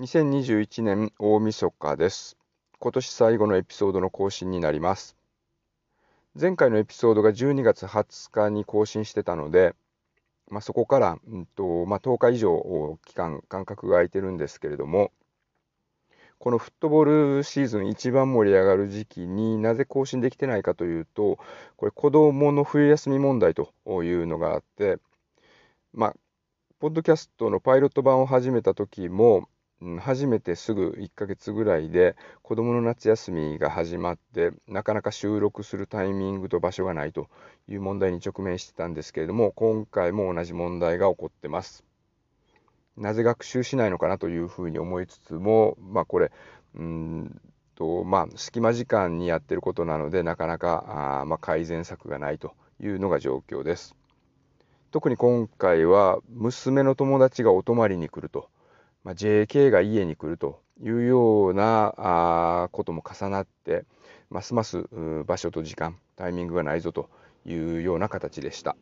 2021年大晦日です。今年最後のエピソードの更新になります。前回のエピソードが12月20日に更新してたので、そこから、10日以上間隔が空いてるんですけれども、このフットボールシーズン一番盛り上がる時期になぜ更新できてないかというと、これ子どもの冬休み問題というのがあって、ポッドキャストのパイロット版を始めた時も、初めてすぐ1ヶ月ぐらいで子どもの夏休みが始まって、なかなか収録するタイミングと場所がないという問題に直面してたんですけれども、今回も同じ問題が起こってます。なぜ学習しないのかなというふうに思いつつも、これ隙間時間にやってることなので、なかなか改善策がないというのが状況です。特に今回は娘の友達がお泊まりに来ると、JK が家に来るというようなことも重なって、ますます場所と時間、タイミングがないぞというような形でした。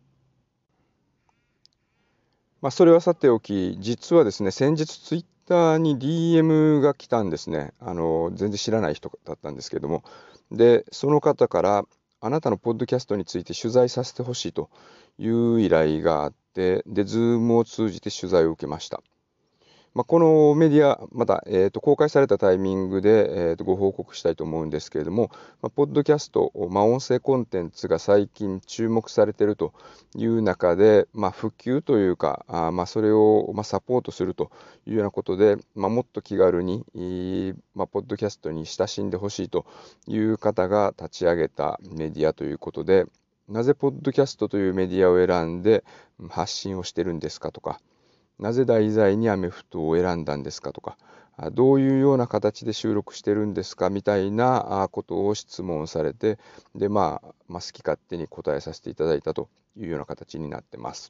それはさておき、実はですね、先日ツイッターに DM が来たんですね。全然知らない人だったんですけども。で、その方から、あなたのポッドキャストについて取材させてほしいという依頼があって、で、Zoom を通じて取材を受けました。このメディア、また、公開されたタイミングで、ご報告したいと思うんですけれども、ポッドキャスト、音声コンテンツが最近注目されているという中で、普及というか、それを、サポートするというようなことで、もっと気軽に、ポッドキャストに親しんでほしいという方が立ち上げたメディアということで、なぜポッドキャストというメディアを選んで発信をしてるんですかとか、なぜ題材にアメフトを選んだんですかとか、どういうような形で収録してるんですかみたいなことを質問されて、で、好き勝手に答えさせていただいたというような形になってます。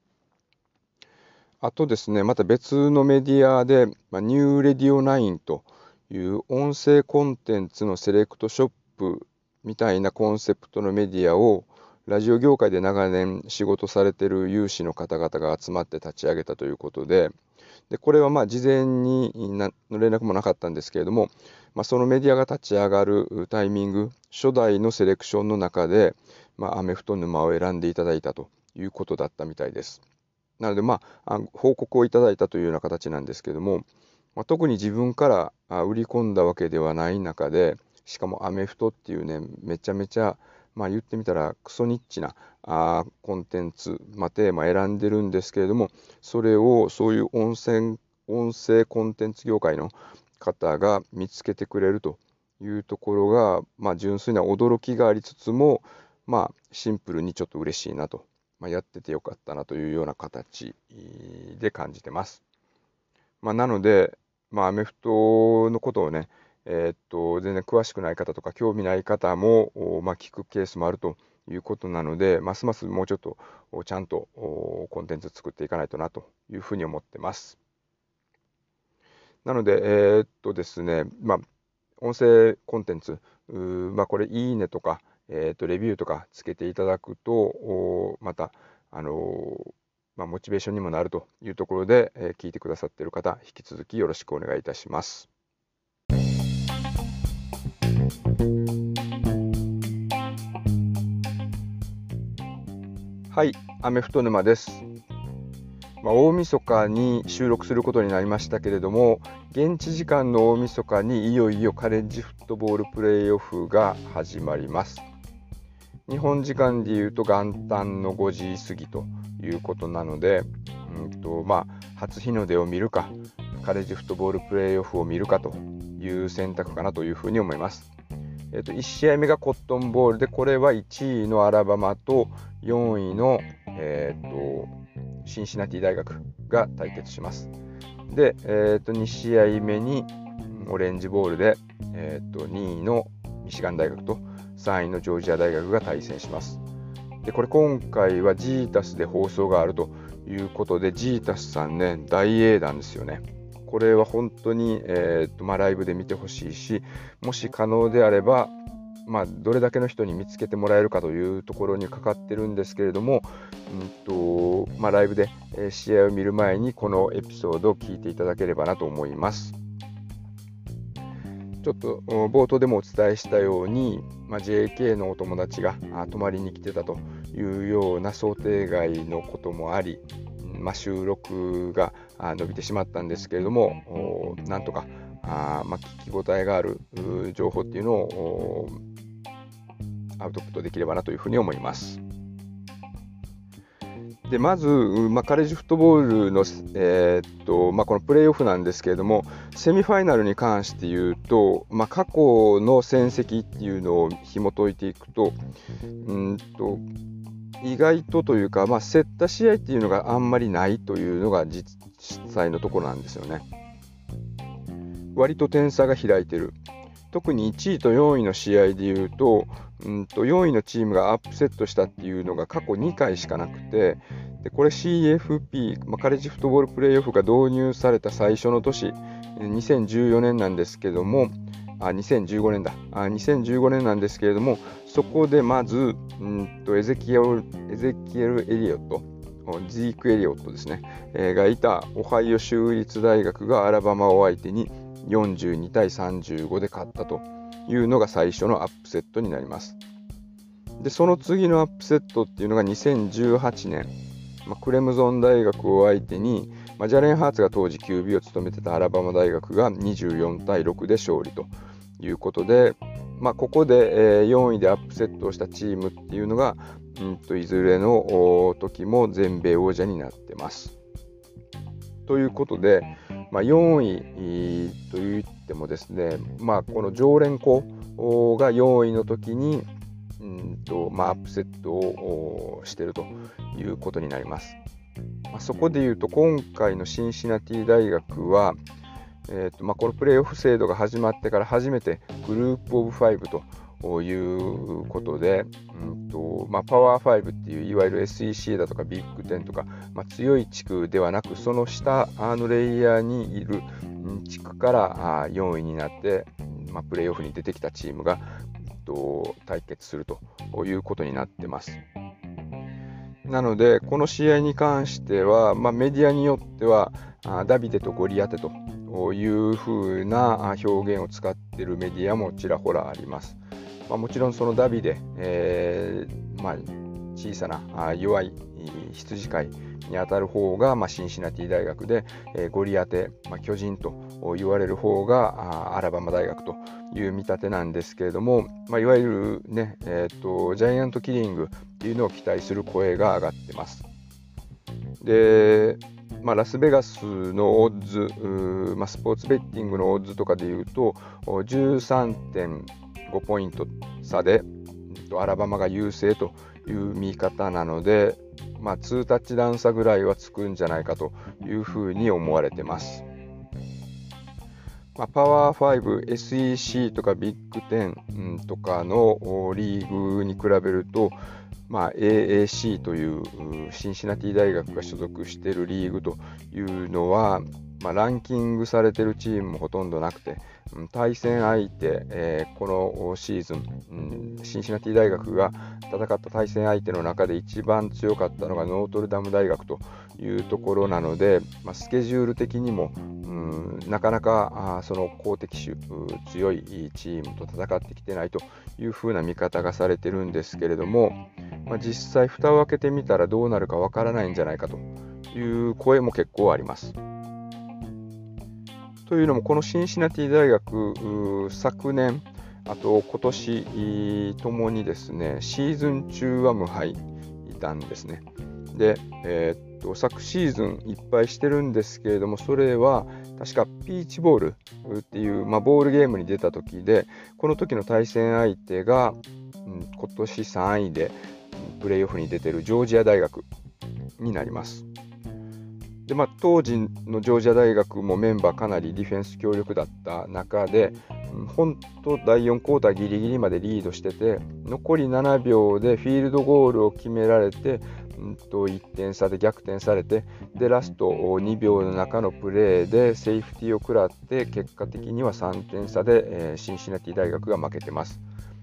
あとですね、また別のメディアで、ニューレディオ9という音声コンテンツのセレクトショップみたいなコンセプトのメディアをラジオ業界で長年仕事されている有志の方々が集まって立ち上げたということで、これは事前にの連絡もなかったんですけれども、そのメディアが立ち上がるタイミング、初代のセレクションの中で、アメフト沼を選んでいただいたということだったみたいです。なので、報告をいただいたというような形なんですけども、特に自分から売り込んだわけではない中で、しかもアメフトっていうね、めちゃめちゃ、言ってみたらクソニッチなコンテンツ、テーマ選んでるんですけれども、それをそういう音声コンテンツ業界の方が見つけてくれるというところが、純粋な驚きがありつつも、シンプルにちょっと嬉しいなと、やっててよかったなというような形で感じてます。なので、アメフトのことをね、全然詳しくない方とか興味ない方も、聞くケースもあるということなので、ますますもうちょっとちゃんとコンテンツ作っていかないとなというふうに思ってます。なので、ですね、音声コンテンツ、これいいねとか、レビューとかつけていただくと、また、モチベーションにもなるというところで、聞いてくださっている方、引き続きよろしくお願いいたします。はい、アメフト沼です。大晦日に収録することになりましたけれども、現地時間の大晦日にいよいよカレッジフットボールプレーオフが始まります。日本時間でいうと元旦の5時過ぎということなので、初日の出を見るか、カレッジフットボールプレーオフを見るかという選択かなというふうに思います。1試合目がコットンボールで、これは1位のアラバマと4位の、シンシナティ大学が対決します。で、2試合目にオレンジボールで、2位のミシガン大学と3位のジョージア大学が対戦します。で、これ今回はジータスで放送があるということで、ジータスさんね、大英断ですよね。これは本当に、ライブで見てほしいし、もし可能であれば、 どれだけの人に見つけてもらえるかというところにかかってるんですけれども、ライブで試合を見る前にこのエピソードを聞いていただければなと思います。ちょっと冒頭でもお伝えしたように、JK のお友達が泊まりに来てたというような想定外のこともあり、収録が伸びてしまったんですけれども、なんとか聞き応えがある情報っていうのをアウトプットできればなというふうに思います。でまず、カレッジフットボールの、このプレーオフなんですけれども、セミファイナルに関して言うと、過去の戦績っていうのを紐解いていくと、意外というか、競った試合っていうのがあんまりないというのが実際のところなんですよね。割と点差が開いてる。特に1位と4位の試合でいうと、4位のチームがアップセットしたっていうのが過去2回しかなくて、でこれ CFP、カレッジフットボールプレーオフが導入された最初の年、2014年なんですけども、2015年だ。2015年なんですけれども、そこでまず、エゼキエル・エリオット、ジーク・エリオットですね、がいたオハイオ州立大学がアラバマを相手に42対35で勝ったというのが最初のアップセットになります。でその次のアップセットっていうのが2018年、クレムゾン大学を相手に、ジャレン・ハーツが当時 QB を務めてたアラバマ大学が24対6で勝利ということで、ここで4位でアップセットをしたチームっていうのが、いずれの時も全米王者になってます。ということで、4位といってもですね、この常連校が4位の時にアップセットをしているということになります。そこでいうと今回のシンシナティ大学は、このプレーオフ制度が始まってから初めてグループオブ5ということで、パワー5っていういわゆる SEC だとかビッグ10とか、強い地区ではなくその下のレイヤーにいる地区から4位になって、プレーオフに出てきたチームが対決するということになってます。なのでこの試合に関しては、メディアによってはダビデとゴリアテという風な表現を使っているメディアもちらほらあります。もちろんそのダビデ、小さな弱い羊飼いに当たる方が、シンシナティ大学で、ゴリアテ、巨人と言われる方がアラバマ大学という見立てなんですけれども、いわゆる、ジャイアントキリングっていうのを期待する声が上がってます。で、ラスベガスのオッズ、スポーツベッティングのオッズとかでいうと 13.5 ポイント差でアラバマが優勢という見方なので、2タッチダウン差ぐらいはつくんじゃないかというふうに思われてます。パワー5、SEC とかビッグ10とかのリーグに比べると、AAC というシンシナティ大学が所属しているリーグというのは、ランキングされているチームもほとんどなくて、対戦相手、このシーズン、シンシナティ大学が戦った対戦相手の中で一番強かったのがノートルダム大学というところなので、スケジュール的にもなかなかその好敵手、強いチームと戦ってきてないというふうな見方がされてるんですけれども、実際蓋を開けてみたらどうなるかわからないんじゃないかという声も結構あります。というのもこのシンシナティ大学、昨年あと今年ともにですね、シーズン中は無敗いたんですね。で、昨シーズンいっぱいしてるんですけれども、それは確かピーチボールっていう、ボールゲームに出た時で、この時の対戦相手が、今年3位でプレーオフに出てるジョージア大学になります。で、当時のジョージア大学もメンバーかなりディフェンス強力だった中で、本当第4クォーターギリギリまでリードしてて、残り7秒でフィールドゴールを決められて、1点差で逆転されて、でラスト2秒の中のプレーでセーフティーを食らって、結果的には3点差で、シンシナティ大学が負けてます。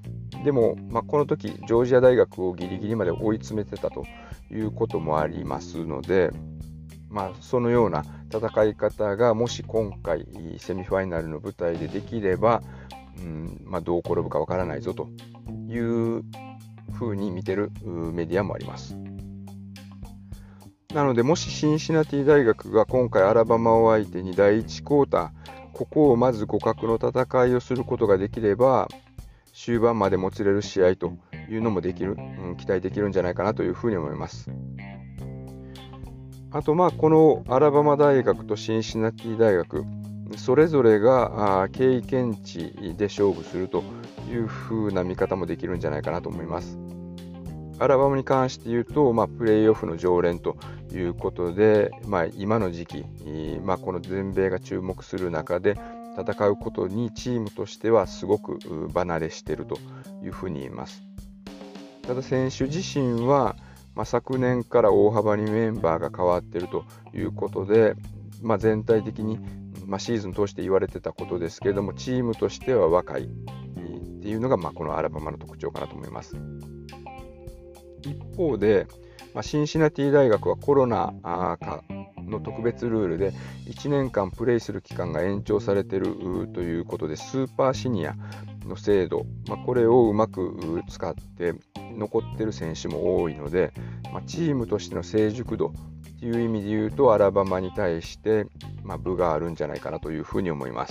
でも、この時ジョージア大学をギリギリまで追い詰めてたということもありますので、そのような戦い方がもし今回セミファイナルの舞台でできれば、どう転ぶかわからないぞというふうに見てるメディアもあります。なので、もしシンシナティ大学が今回アラバマを相手に第1クォーター、ここをまず互角の戦いをすることができれば、終盤までもつれる試合というのもできる、期待できるんじゃないかなというふうに思います。あと、このアラバマ大学とシンシナティ大学、それぞれが経験値で勝負するというふうな見方もできるんじゃないかなと思います。アラバマに関して言うと、プレーオフの常連ということで、今の時期、この全米が注目する中で戦うことにチームとしてはすごく離れしているというふうに言えます。ただ選手自身は、昨年から大幅にメンバーが変わっているということで、全体的に、シーズン通して言われてたことですけれども、チームとしては若いっていうのが、このアラバマの特徴かなと思います。一方で、シンシナティ大学はコロナ禍の特別ルールで1年間プレイする期間が延長されているということで、スーパーシニアの制度、これをうまく使って残っている選手も多いので、チームとしての成熟度という意味で言うとアラバマに対して分があるんじゃないかなというふうに思います。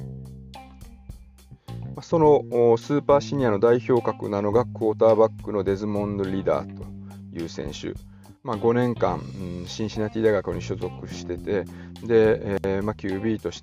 そのスーパーシニアの代表格なのがクォーターバックのデズモンド・リダーという選手、5年間シンシナティ大学に所属してて、で、QB として、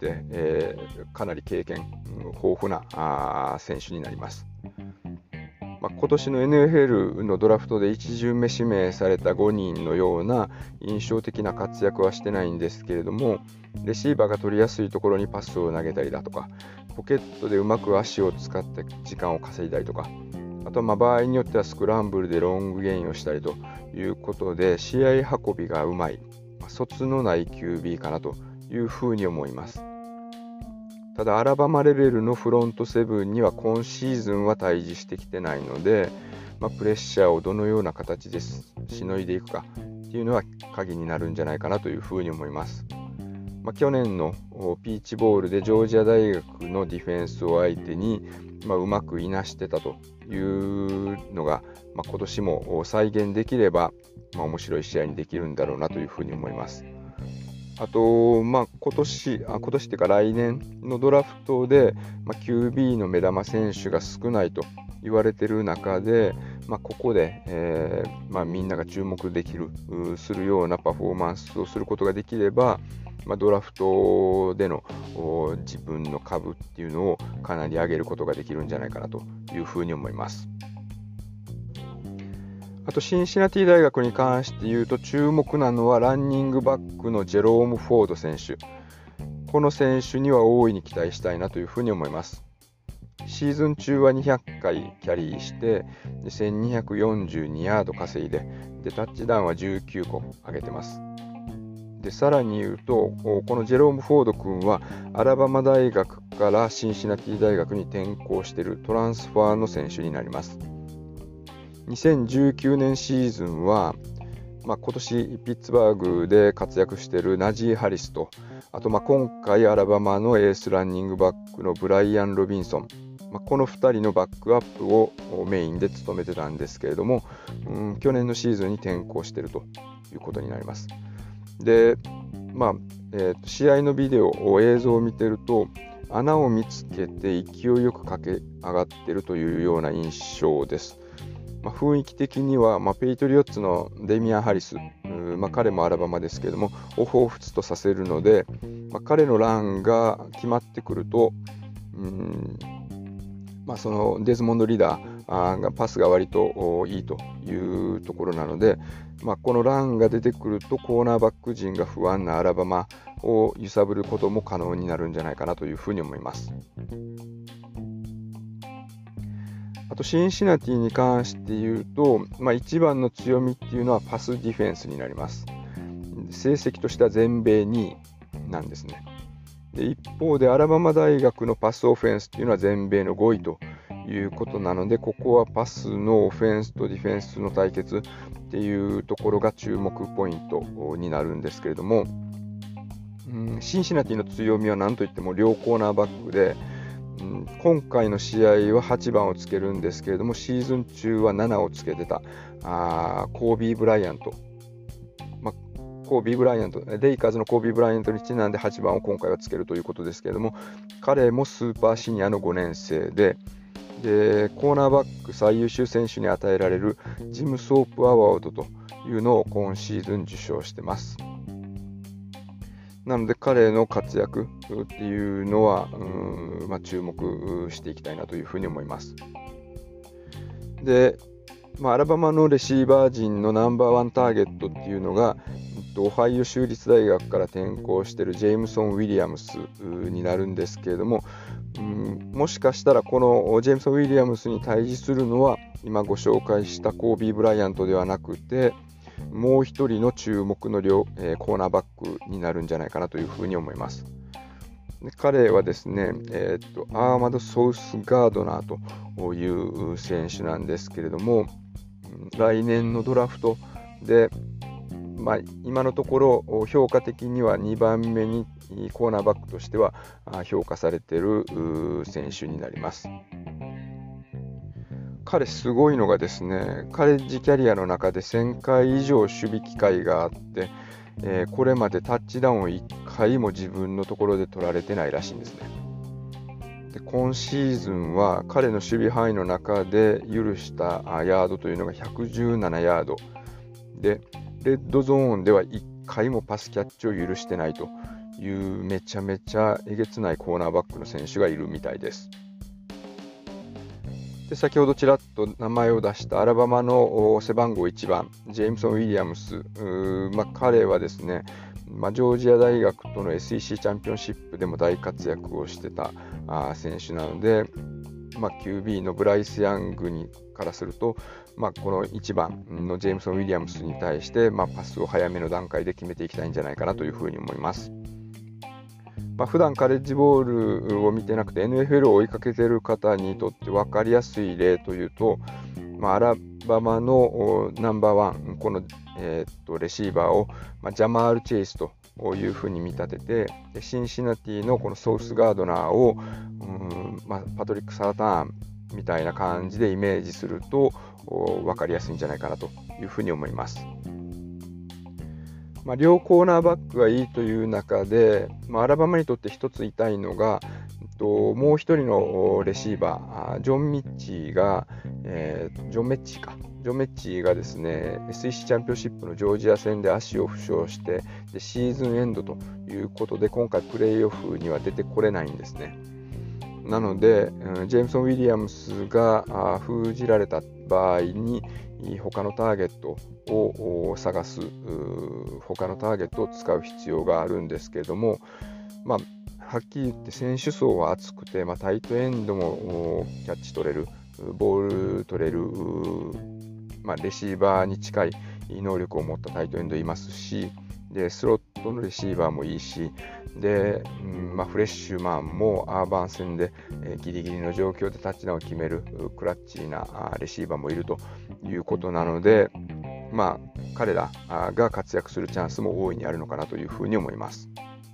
かなり経験豊富な選手になります。今年の NFL のドラフトで1巡目指名された5人のような印象的な活躍はしてないんですけれども、レシーバーが取りやすいところにパスを投げたりだとか、ポケットでうまく足を使って時間を稼いだりとか、あとは場合によってはスクランブルでロングゲインをしたりということで、試合運びがうまい、卒のない QB かなというふうに思います。ただアラバマレベルのフロントセブンには今シーズンは対峙してきてないので、プレッシャーをどのような形でしのいでいくかっていうのは鍵になるんじゃないかなというふうに思います。去年のピーチボールでジョージア大学のディフェンスを相手に、うまくいなしてたというのが、今年も再現できれば、面白い試合にできるんだろうなというふうに思います。あと、今年っていうか来年のドラフトで、QB の目玉選手が少ないと言われている中で、ここで、みんなが注目できるするようなパフォーマンスをすることができれば、ドラフトでの自分の株っていうのをかなり上げることができるんじゃないかなというふうに思います。あとシンシナティ大学に関して言うと注目なのはランニングバックのジェローム・フォード選手。この選手には大いに期待したいなというふうに思います。シーズン中は200回キャリーして1242ヤード稼いで、タッチダウンは19個上げてます。でさらに言うと、このジェローム・フォード君はアラバマ大学からシンシナティ大学に転校しているトランスファーの選手になります。2019年シーズンは、今年ピッツバーグで活躍しているナジー・ハリスと、あと今回アラバマのエースランニングバックのブライアン・ロビンソン、この2人のバックアップをメインで務めてたんですけれども、去年のシーズンに転向しているということになります。で、試合のビデオ、映像を見てると穴を見つけて勢いよく駆け上がっているというような印象です。雰囲気的には、ペイトリオッツのデミアン・ハリス、彼もアラバマですけれどもを彷彿とさせるので、彼のランが決まってくると、そのデズモンド・リーダーがパスが割といいというところなので、このランが出てくるとコーナーバック陣が不安なアラバマを揺さぶることも可能になるんじゃないかなというふうに思います。あとシンシナティに関して言うと、一番の強みっていうのはパスディフェンスになります。成績としては全米2位なんですね。で一方でアラバマ大学のパスオフェンスっていうのは全米の5位ということなので、ここはパスのオフェンスとディフェンスの対決っていうところが注目ポイントになるんですけれども、シンシナティの強みは何といっても両コーナーバックで、今回の試合は8番をつけるんですけれども、シーズン中は7をつけてたコービー・ブライアント、レイカーズのコービー・ブライアントにちなんで8番を今回はつけるということですけれども、彼もスーパーシニアの5年生で、コーナーバック最優秀選手に与えられるジム・ソープ・アワードというのを今シーズン受賞してます。なので彼の活躍っていうのは注目していきたいなというふうに思います。で、アラバマのレシーバー陣のナンバーワンターゲットっていうのが、オハイオ州立大学から転校しているジェームソン・ウィリアムスになるんですけれども、もしかしたらこのジェームソン・ウィリアムスに対峙するのは今ご紹介したコービー・ブライアントではなくて、もう一人の注目のコーナーバックになるんじゃないかなというふうに思います。で、彼はですね、アーマド・ソウス・ガードナーという選手なんですけれども、来年のドラフトで、今のところ評価的には2番目にコーナーバックとしては評価されている選手になります。彼すごいのがですね、カレッジキャリアの中で1000回以上守備機会があって、これまでタッチダウンを1回も自分のところで取られてないらしいんですね。で、今シーズンは彼の守備範囲の中で許したヤードというのが117ヤードで、レッドゾーンでは1回もパスキャッチを許してないというめちゃめちゃえげつないコーナーバックの選手がいるみたいです。で、先ほどちらっと名前を出したアラバマの背番号1番ジェームソン・ウィリアムス、彼はですね、ジョージア大学との SEC チャンピオンシップでも大活躍をしてた選手なので、QB のブライス・ヤングからすると、この1番のジェームソン・ウィリアムスに対して、パスを早めの段階で決めていきたいんじゃないかなというふうに思います。普段カレッジボールを見てなくて NFL を追いかけている方にとって分かりやすい例というと、アラバマのナンバーワン、この、レシーバーを、ジャマール・チェイスというふうに見立てて、シンシナティのこのソース・ガードナーをパトリック・サーターンみたいな感じでイメージすると分かりやすいんじゃないかなというふうに思います。両コーナーバックがいいという中で、アラバマにとって一つ痛いのが、もう一人のレシーバー、ジョン・メッチーがですね、SEC チャンピオンシップのジョージア戦で足を負傷して、でシーズンエンドということで、今回プレーオフには出てこれないんですね。なので、ジェームソン・ウィリアムスが封じられた場合に、他のターゲットを探す、他のターゲットを使う必要があるんですけれども、はっきり言って選手層は厚くて、タイトエンドもキャッチ取れる、ボール取れる、レシーバーに近い能力を持ったタイトエンドいますし、でスロットのレシーバーもいいし、で、フレッシュマンもアーバン戦で、ギリギリの状況でタッチダウンを決めるクラッチーなレシーバーもいるということなので、彼らが活躍するチャンスも大いにあるのかなというふうに思います。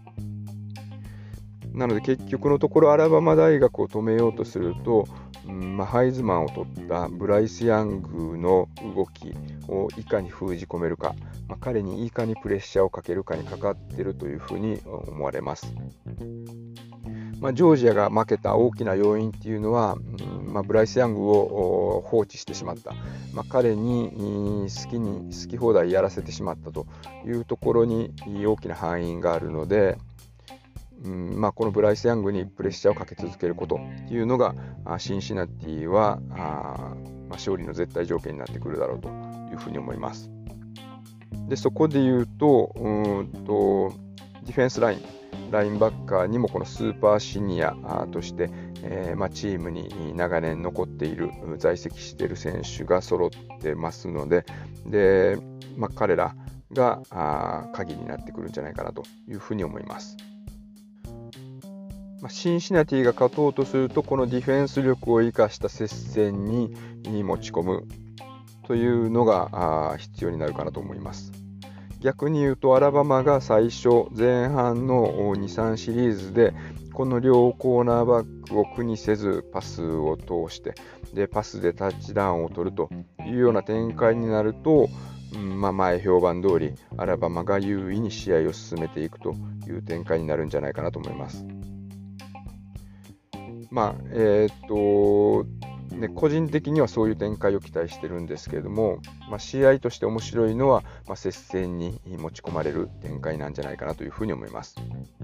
なので結局のところアラバマ大学を止めようとすると、ハイズマンを取ったブライス・ヤングの動きをいかに封じ込めるか、彼にいかにプレッシャーをかけるかにかかっているというふうに思われます。ジョージアが負けた大きな要因っていうのは、ブライス・ヤングを放置してしまった、彼に好き放題やらせてしまったというところに大きな敗因があるので、このブライス・ヤングにプレッシャーをかけ続けることっていうのがシンシナティは勝利の絶対条件になってくるだろうというふうに思います。で、そこで言うと、ディフェンスラインバッカーにもこのスーパーシニアとして、チームに長年残っている在籍している選手が揃ってますので、彼らが鍵になってくるんじゃないかなというふうに思います。 シンシナティが勝とうとするとこのディフェンス力を生かした接戦に持ち込むというのが必要になるかなと思います。逆に言うとアラバマが最初前半の 2,3 シリーズでこの両コーナーバックを苦にせずパスを通してパスでタッチダウンを取るというような展開になると、前評判通りアラバマが優位に試合を進めていくという展開になるんじゃないかなと思います。個人的にはそういう展開を期待してるんですけれども、試合として面白いのは、接戦に持ち込まれる展開なんじゃないかなというふうに思います。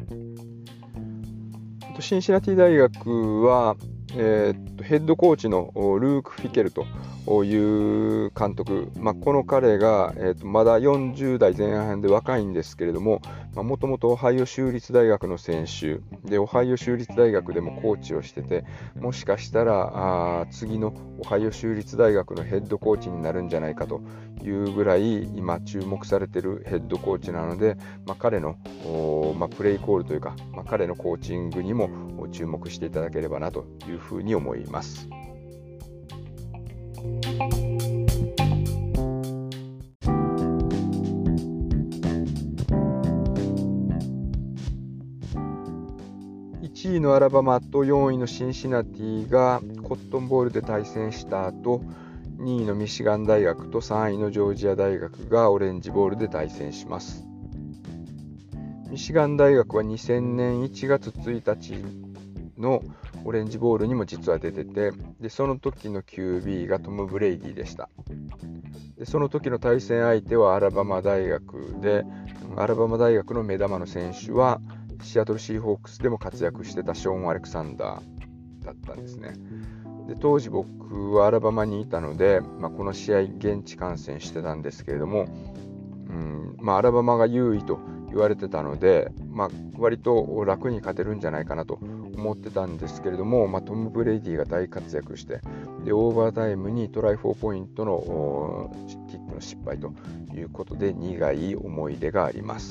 シンシナティ大学は、ヘッドコーチのルーク・フィケルという監督、この彼が、まだ40代前半で若いんですけれども、もともとオハイオ州立大学の選手でオハイオ州立大学でもコーチをしてて、もしかしたら次のオハイオ州立大学のヘッドコーチになるんじゃないかというぐらい今注目されているヘッドコーチなので、彼のプレイコールというか、彼のコーチングにも注目していただければなというふうに思います。1位のアラバマと4位のシンシナティがコットンボールで対戦した後、2位のミシガン大学と3位のジョージア大学がオレンジボールで対戦します。ミシガン大学は2000年1月1日のオレンジボールにも実は出てて、その時の QB がトム・ブレイディでした。その時の対戦相手はアラバマ大学で、アラバマ大学の目玉の選手はシアトルシーホークスでも活躍してたショーン・アレクサンダーだったんですね。当時僕はアラバマにいたので、この試合現地観戦してたんですけれども、アラバマが優位と言われてたので、割と楽に勝てるんじゃないかなと思ってたんですけれども、トム・ブレイディが大活躍して、オーバータイムにトライ4ポイントのキックの失敗ということで苦い思い出があります。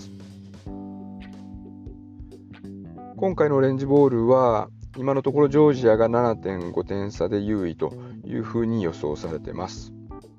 今回のオレンジボールは今のところジョージアが 7.5 点差で優位というふうに予想されています。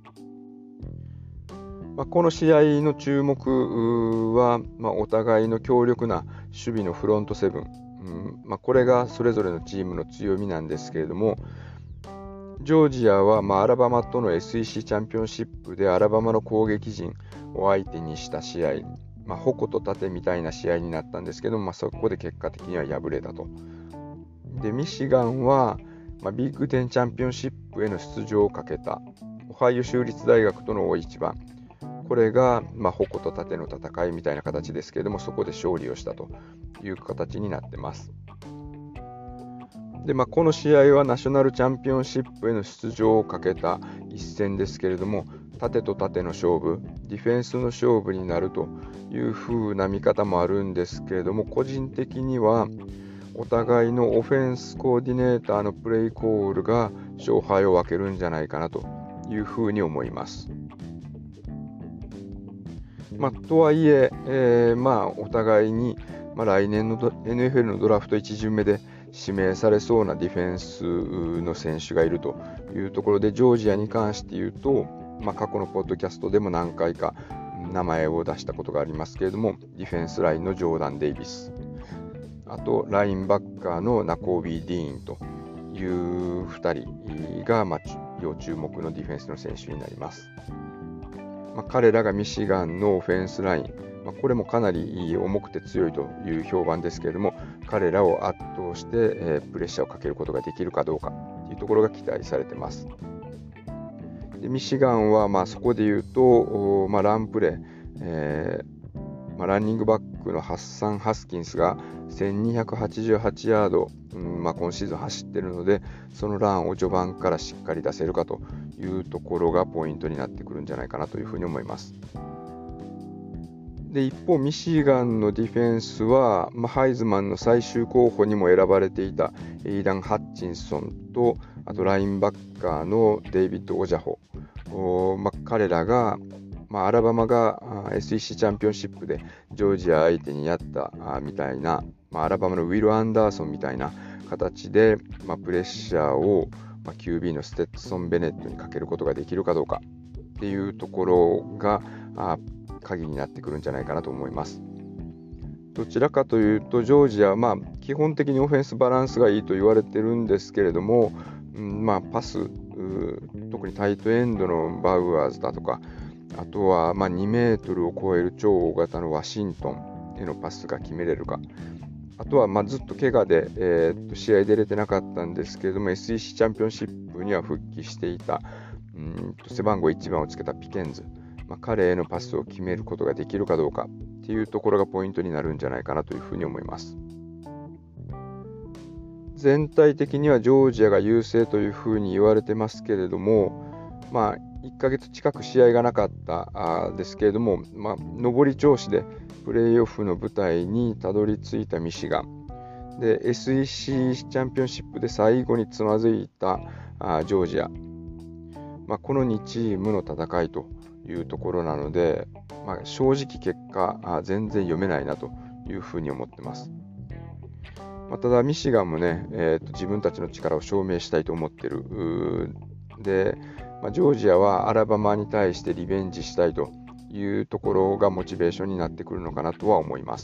この試合の注目は、お互いの強力な守備のフロントセブン、これがそれぞれのチームの強みなんですけれども、ジョージアは、アラバマとの SEC チャンピオンシップでアラバマの攻撃陣を相手にした試合、矛と盾みたいな試合になったんですけども、そこで結果的には敗れたと。でミシガンは、ビッグ10チャンピオンシップへの出場をかけたオハイオ州立大学との大一番、これが、矛と盾の戦いみたいな形ですけれども、そこで勝利をしたという形になってます。で、この試合はナショナルチャンピオンシップへの出場をかけた一戦ですけれども、盾と盾の勝負、ディフェンスの勝負になるという風な見方もあるんですけれども、個人的にはお互いのオフェンスコーディネーターのプレイコールが勝敗を分けるんじゃないかなという風に思います。とはいえお互いに、来年のNFL のドラフト1巡目で指名されそうなディフェンスの選手がいるというところで、ジョージアに関して言うと、過去のポッドキャストでも何回か名前を出したことがありますけれども、ディフェンスラインのジョーダン・デイビス、あとラインバッカーのナコービー・ディーンという2人が、要注目のディフェンスの選手になります。彼らがミシガンのオフェンスライン、これもかなり重くて強いという評判ですけれども、彼らを圧倒して、プレッシャーをかけることができるかどうかというところが期待されています。でミシガンはそこで言うと、ランプレー、ランニングバックのハッサン・ハスキンスが1288ヤード、今シーズン走っているので、そのランを序盤からしっかり出せるかというところがポイントになってくるんじゃないかなというふうに思います。で一方ミシガンのディフェンスは、ハイズマンの最終候補にも選ばれていたエイダン・ハッチンソンと、あとラインバッカーのデイビッド・オジャホ、彼らが、 アラバマがSEC チャンピオンシップでジョージア相手にやったみたいな、アラバマのウィル・アンダーソンみたいな形で、プレッシャーを、QB のステッソン・ベネットにかけることができるかどうかっていうところが鍵になってくるんじゃないかなと思います。どちらかというとジョージアは、基本的にオフェンスバランスがいいと言われてるんですけれども、パス、特にタイトエンドのバウアーズだとか、あとは2メートルを超える超大型のワシントンへのパスが決めれるか、あとはずっと怪我で、試合出れてなかったんですけれども SEC チャンピオンシップには復帰していた背番号1番をつけたピケンズ、彼へのパスを決めることができるかどうかっていうところがポイントになるんじゃないかなというふうに思います。全体的にはジョージアが優勢というふうに言われてますけれども、1ヶ月近く試合がなかったですけれども、上り調子でプレーオフの舞台にたどり着いたミシガンで SEC チャンピオンシップで最後につまずいたジョージア、この2チームの戦いというところなので、正直結果全然読めないなというふうに思ってます。ただミシガンもね、自分たちの力を証明したいと思ってるで、ジョージアはアラバマに対してリベンジしたいというところがモチベーションになってくるのかなとは思います。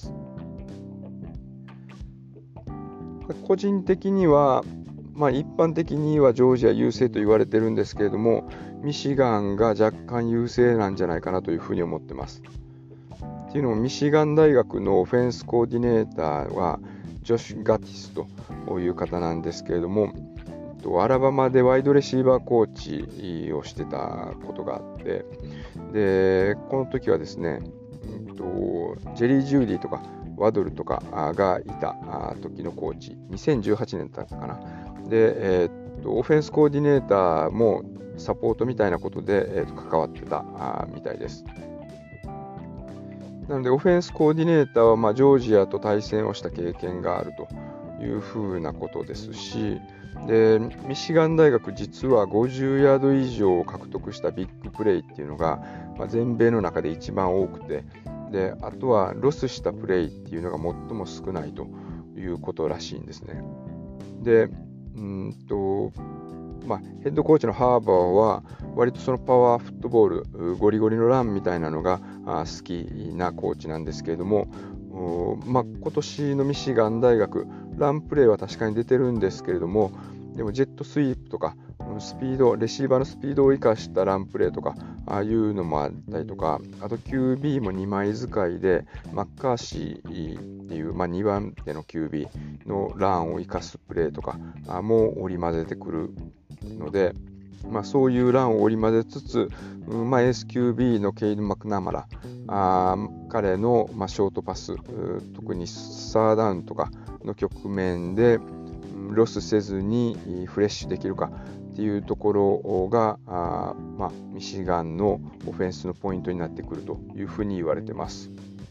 個人的には、一般的にはジョージア優勢と言われてるんですけれども、ミシガンが若干優勢なんじゃないかなというふうに思ってます。っていうのもミシガン大学のオフェンスコーディネーターはジョシュ・ガティスという方なんですけれども、アラバマでワイドレシーバーコーチをしてたことがあって、でこの時はですね、ジェリー・ジューディとかワドルとかがいた時のコーチ、2018年だったかな。で、オフェンスコーディネーターもサポートみたいなことで、関わってたみたいです。なのでオフェンスコーディネーターは、ジョージアと対戦をした経験があるというふうなことですし、でミシガン大学実は50ヤード以上を獲得したビッグプレイっていうのが、全米の中で一番多くて、であとはロスしたプレイっていうのが最も少ないということらしいんですね。でヘッドコーチのハーバーは割とそのパワーフットボール、ゴリゴリのランみたいなのが好きなコーチなんですけれども、今年のミシガン大学ランプレーは確かに出てるんですけれども、でもジェットスイープとかスピード、レシーバーのスピードを生かしたランプレーとかああいうのもあったりとか、あと QB も2枚使いでマッカーシーっていう、2番手の QB のランを生かすプレーとかも織り交ぜてくるので、そういうランを織り交ぜつつ、SQB のケイル・マクナマラ彼の、ショートパス、特にサーダウンとかの局面でロスせずにフレッシュできるかっていうところがミシガンのオフェンスのポイントになってくるというふうに言われています。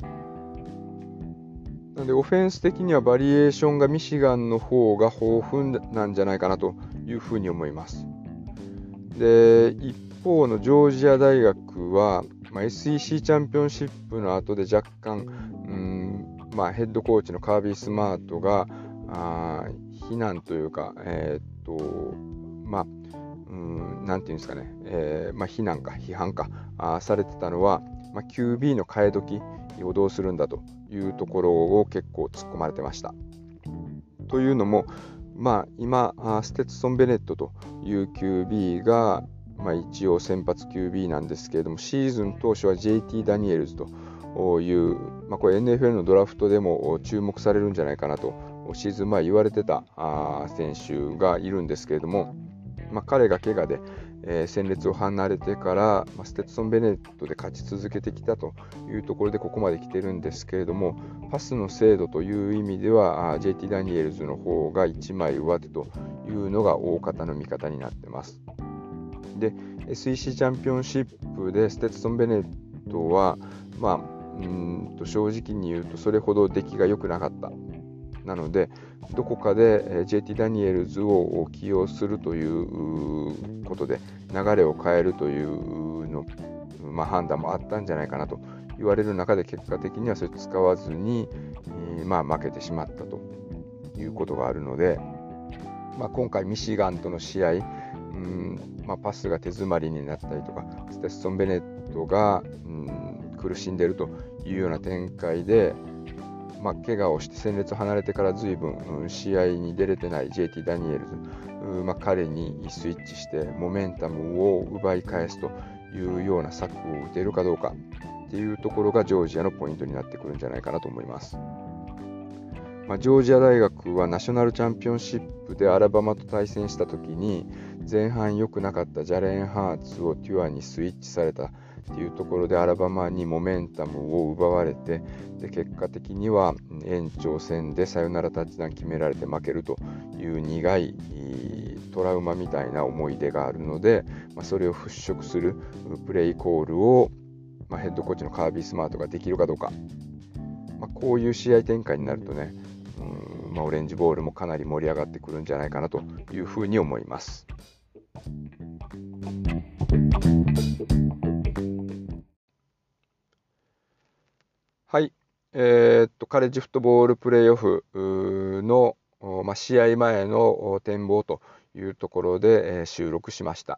なのでオフェンス的にはバリエーションがミシガンの方が豊富なんじゃないかなというふうに思います。で一方のジョージア大学は、SEC チャンピオンシップの後で若干ヘッドコーチのカービー・スマートが非難というか、なんていうんですかね、批判かされてたのは、QB の替え時をどうするんだというところを結構突っ込まれてました。というのも、今ステッソン・ベネットという QB が、一応先発 QB なんですけれども、シーズン当初は JT ダニエルズという、これ NFL のドラフトでも注目されるんじゃないかなとシーズン前言われてた選手がいるんですけれども、彼が怪我で、戦列を離れてから、ステッソン・ベネットで勝ち続けてきたというところでここまで来てるんですけれども、パスの精度という意味ではJT ダニエルズの方が1枚上手というのが大方の見方になってます。で SEC チャンピオンシップでステッソン・ベネットは、正直に言うとそれほど出来が良くなかった。なのでどこかで JT ダニエルズを起用するということで流れを変えるというの判断もあったんじゃないかなと言われる中で、結果的にはそれ使わずに、負けてしまったということがあるので、今回ミシガンとの試合、パスが手詰まりになったりとか、ステッソン・ベネットが、苦しんでいるというような展開で、怪我をして戦列を離れてから随分、試合に出れてない JT ダニエルズ、彼にスイッチしてモメンタムを奪い返すというような策を打てるかどうかっていうところがジョージアのポイントになってくるんじゃないかなと思います。ジョージア大学はナショナルチャンピオンシップでアラバマと対戦した時に、前半良くなかったジャレン・ハーツをテュアにスイッチされたっていうところで、アラバマにモメンタムを奪われて、で結果的には延長戦でサヨナラタッチダウン決められて負けるという苦いトラウマみたいな思い出があるので、それを払拭するプレイコールを、ヘッドコーチのカービー・スマートができるかどうか、こういう試合展開になるとね、オレンジボールもかなり盛り上がってくるんじゃないかなというふうに思います。はい、カレッジフットボールプレーオフの、試合前の展望というところで、収録しました。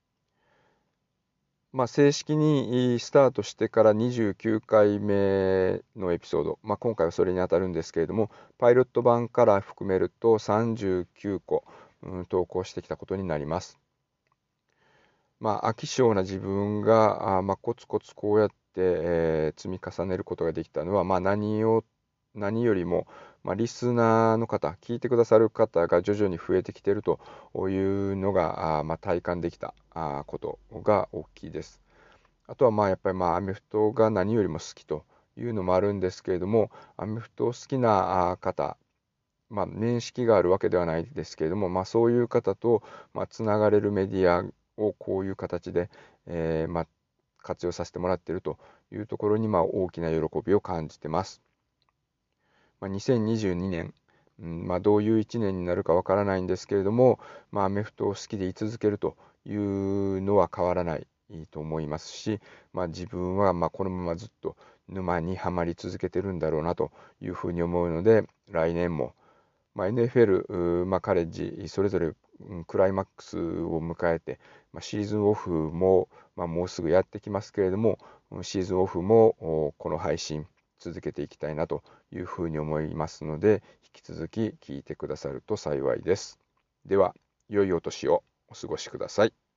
正式にスタートしてから29回目のエピソード、今回はそれにあたるんですけれども、パイロット版から含めると39個、投稿してきたことになります。飽き性な自分がコツコツこうやって、積み重ねることができたのは、何よりも、リスナーの方、聞いてくださる方が徐々に増えてきているというのが体感できたことが大きいです。あとはやっぱりアメフトが何よりも好きというのもあるんですけれども、アメフト好きな方、面識があるわけではないですけれども、そういう方とつながれるメディアをこういう形で、活用させてもらっているというところに大きな喜びを感じてます。2022年、どういう1年になるかわからないんですけれども、アメフトを好きで居続けるというのは変わらないと思いますし、自分はこのままずっと沼にはまり続けてるんだろうなというふうに思うので、来年も、NFL、カレッジそれぞれクライマックスを迎えて、シーズンオフも、もうすぐやってきますけれども、シーズンオフもこの配信続けていきたいなというふうに思いますので、引き続き聞いてくださると幸いです。では、良いお年をお過ごしください。